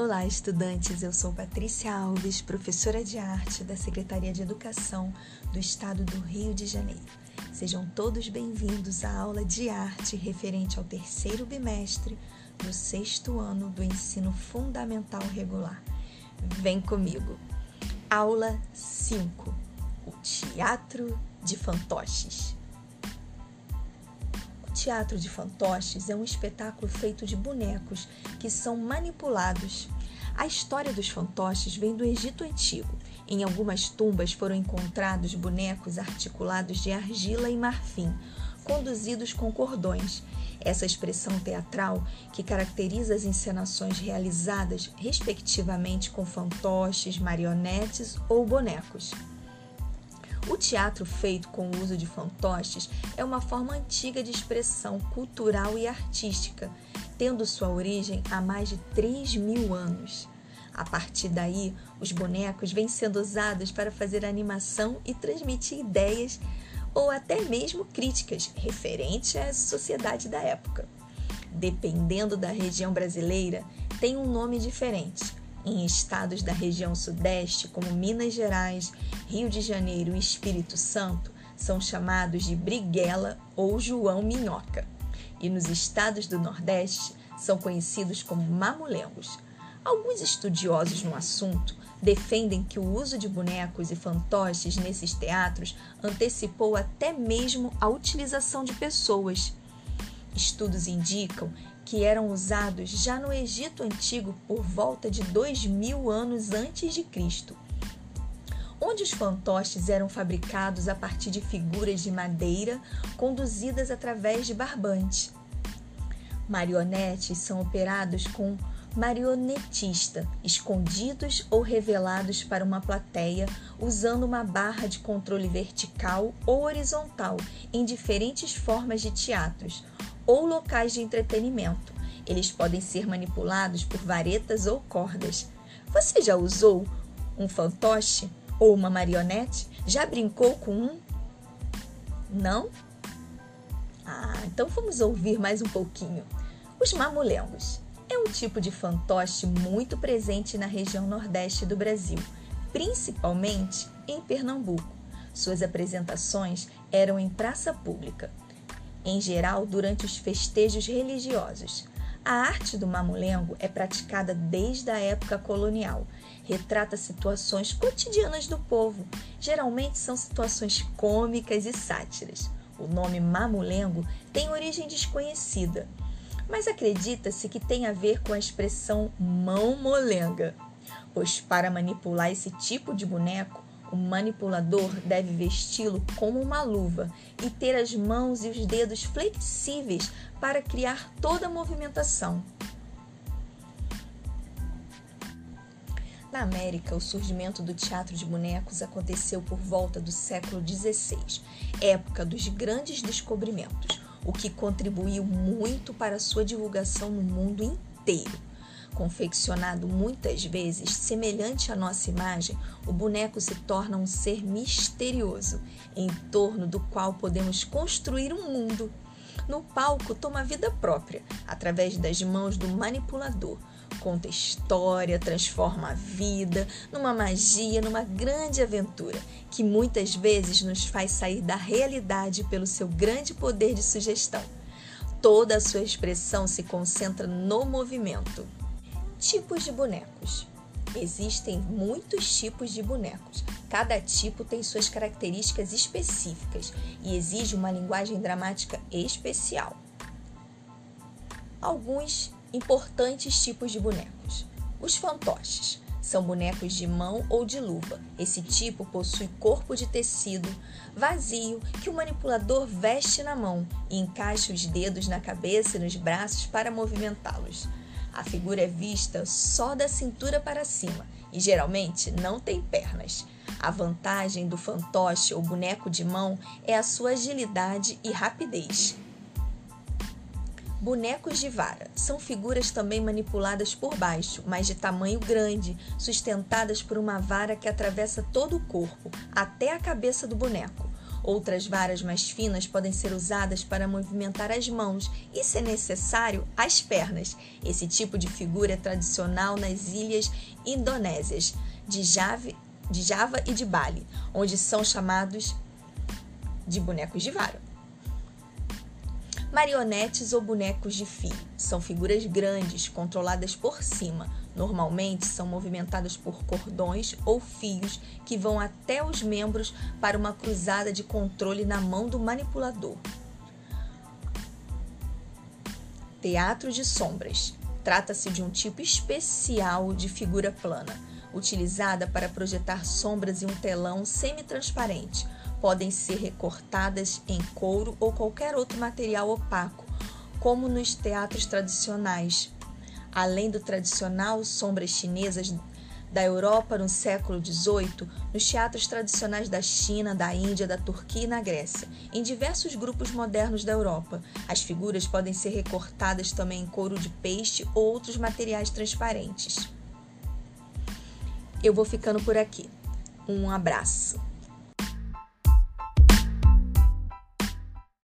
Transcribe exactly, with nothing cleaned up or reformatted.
Olá, estudantes! Eu sou Patrícia Alves, professora de arte da Secretaria de Educação do Estado do Rio de Janeiro. Sejam todos bem-vindos à aula de arte referente ao terceiro bimestre do sexto ano do ensino fundamental regular. Vem comigo! Aula cinco. O Teatro de Fantoches. O teatro de fantoches é um espetáculo feito de bonecos que são manipulados. A história dos fantoches vem do Egito Antigo. Em algumas tumbas foram encontrados bonecos articulados de argila e marfim, conduzidos com cordões. Essa expressão teatral que caracteriza as encenações realizadas, respectivamente, com fantoches, marionetes ou bonecos. O teatro feito com o uso de fantoches é uma forma antiga de expressão cultural e artística, tendo sua origem há mais de três mil anos. A partir daí, os bonecos vêm sendo usados para fazer animação e transmitir ideias ou até mesmo críticas referentes à sociedade da época. Dependendo da região brasileira, tem um nome diferente. Em estados da região sudeste, como Minas Gerais, Rio de Janeiro e Espírito Santo, são chamados de Briguela ou João Minhoca. E nos estados do Nordeste, são conhecidos como mamulengos. Alguns estudiosos no assunto defendem que o uso de bonecos e fantoches nesses teatros antecipou até mesmo a utilização de pessoas. Estudos indicam que eram usados já no Egito Antigo por volta de dois mil anos antes de Cristo, onde os fantoches eram fabricados a partir de figuras de madeira conduzidas através de barbante. Marionetes são operados com marionetista, escondidos ou revelados para uma plateia usando uma barra de controle vertical ou horizontal em diferentes formas de teatros ou locais de entretenimento. Eles podem ser manipulados por varetas ou cordas. Você já usou um fantoche ou uma marionete? Já brincou com um? Não? Ah, então vamos ouvir mais um pouquinho. Os mamulengos é um tipo de fantoche muito presente na região nordeste do Brasil, principalmente em Pernambuco. Suas apresentações eram em praça pública, em geral durante os festejos religiosos. A arte do mamulengo é praticada desde a época colonial. Retrata situações cotidianas do povo. Geralmente são situações cômicas e sátiras. O nome mamulengo tem origem desconhecida, mas acredita-se que tem a ver com a expressão mão molenga, pois para manipular esse tipo de boneco, o manipulador deve vesti-lo como uma luva e ter as mãos e os dedos flexíveis para criar toda a movimentação. Na América, o surgimento do teatro de bonecos aconteceu por volta do século dezesseis, época dos grandes descobrimentos, o que contribuiu muito para a sua divulgação no mundo inteiro. Confeccionado muitas vezes semelhante à nossa imagem, o boneco se torna um ser misterioso, em torno do qual podemos construir um mundo. No palco, toma vida própria, através das mãos do manipulador. Conta história, transforma a vida numa magia, numa grande aventura, que muitas vezes nos faz sair da realidade pelo seu grande poder de sugestão. Toda a sua expressão se concentra no movimento. Tipos de bonecos. Existem muitos tipos de bonecos. Cada tipo tem suas características específicas e exige uma linguagem dramática especial. Alguns importantes tipos de bonecos. Os fantoches são bonecos de mão ou de luva. Esse tipo possui corpo de tecido vazio que o manipulador veste na mão e encaixa os dedos na cabeça e nos braços para movimentá-los. A figura é vista só da cintura para cima e geralmente não tem pernas. A vantagem do fantoche ou boneco de mão é a sua agilidade e rapidez. Bonecos de vara são figuras também manipuladas por baixo, mas de tamanho grande, sustentadas por uma vara que atravessa todo o corpo, até a cabeça do boneco. Outras varas mais finas podem ser usadas para movimentar as mãos e, se necessário, as pernas. Esse tipo de figura é tradicional nas ilhas indonésias de Java, de Java e de Bali, onde são chamados de bonecos de vara. Marionetes ou bonecos de fio são figuras grandes, controladas por cima. Normalmente são movimentadas por cordões ou fios que vão até os membros para uma cruzada de controle na mão do manipulador. Teatro de sombras. Trata-se de um tipo especial de figura plana, utilizada para projetar sombras em um telão semi-transparente. Podem ser recortadas em couro ou qualquer outro material opaco, como nos teatros tradicionais. Além do tradicional sombras chinesas da Europa no século dezoito, nos teatros tradicionais da China, da Índia, da Turquia e na Grécia, em diversos grupos modernos da Europa, as figuras podem ser recortadas também em couro de peixe ou outros materiais transparentes. Eu vou ficando por aqui. Um abraço.